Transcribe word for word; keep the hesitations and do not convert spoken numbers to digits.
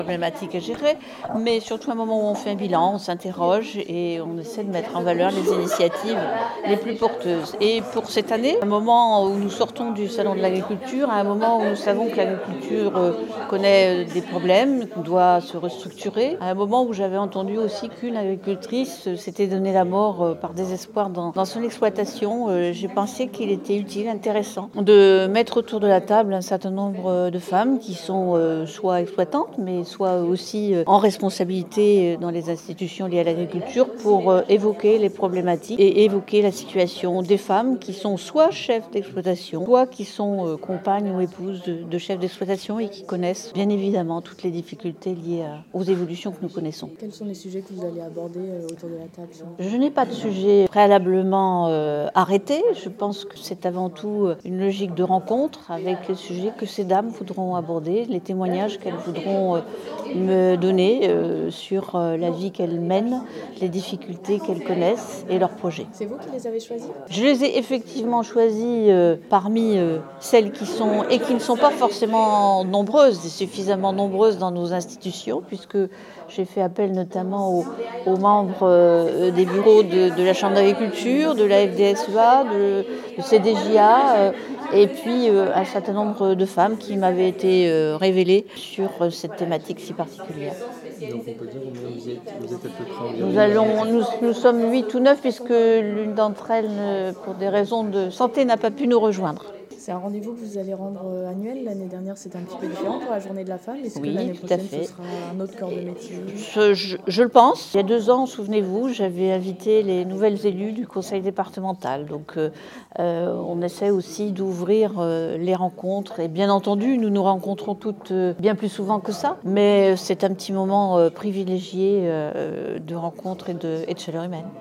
Problématique à gérer, mais surtout un moment où on fait un bilan, on s'interroge et on essaie de mettre en valeur les initiatives les plus porteuses. Et pour cette année, un moment où nous sortons du salon de l'agriculture, à un moment où nous savons que l'agriculture euh, connaît euh, des problèmes, doit se restructurer, à un moment où j'avais entendu aussi qu'une agricultrice euh, s'était donné la mort euh, par désespoir dans, dans son exploitation, euh, j'ai pensé qu'il était utile, intéressant de mettre autour de la table un certain nombre de femmes qui sont euh, soit exploitantes, mais soit aussi en responsabilité dans les institutions liées à l'agriculture pour évoquer les problématiques et évoquer la situation des femmes qui sont soit chefs d'exploitation, soit qui sont compagnes ou épouses de, de chefs d'exploitation et qui connaissent bien évidemment toutes les difficultés liées aux évolutions que nous connaissons. Quels sont les sujets que vous allez aborder autour de la table ? Je n'ai pas de sujet préalablement euh, arrêté. Je pense que c'est avant tout une logique de rencontre avec les sujets que ces dames voudront aborder, les témoignages qu'elles voudront euh, me donner euh, sur euh, la vie qu'elles mènent, les difficultés qu'elles connaissent et leurs projets. C'est vous qui les avez choisis ? Je les ai effectivement choisis euh, parmi euh, celles qui sont et qui ne sont pas forcément nombreuses, suffisamment nombreuses dans nos institutions, puisque j'ai fait appel notamment aux, aux membres euh, des bureaux de, de la Chambre d'agriculture, de la F D S E A, de, de C D J A, euh, et puis euh, un certain nombre de femmes qui m'avaient été euh, révélées sur euh, cette thématique si particulière. Donc on peut dire que vous êtes, vous êtes à peu près environ... Nous, allons, nous, nous sommes huit ou neuf puisque l'une d'entre elles, pour des raisons de santé, n'a pas pu nous rejoindre. C'est un rendez-vous que vous allez rendre annuel. L'année dernière, c'était un petit peu différent pour la journée de la femme. Est-ce Oui, que l'année tout à prochaine, fait. ce sera un autre corps de métier ? je, je, je le pense. Il y a deux ans, souvenez-vous, j'avais invité les nouvelles élues du conseil départemental. Donc euh, euh, on essaie aussi d'ouvrir euh, les rencontres. Et bien entendu, nous nous rencontrons toutes euh, bien plus souvent que ça. Mais c'est un petit moment euh, privilégié euh, de rencontre et de, et de chaleur humaine.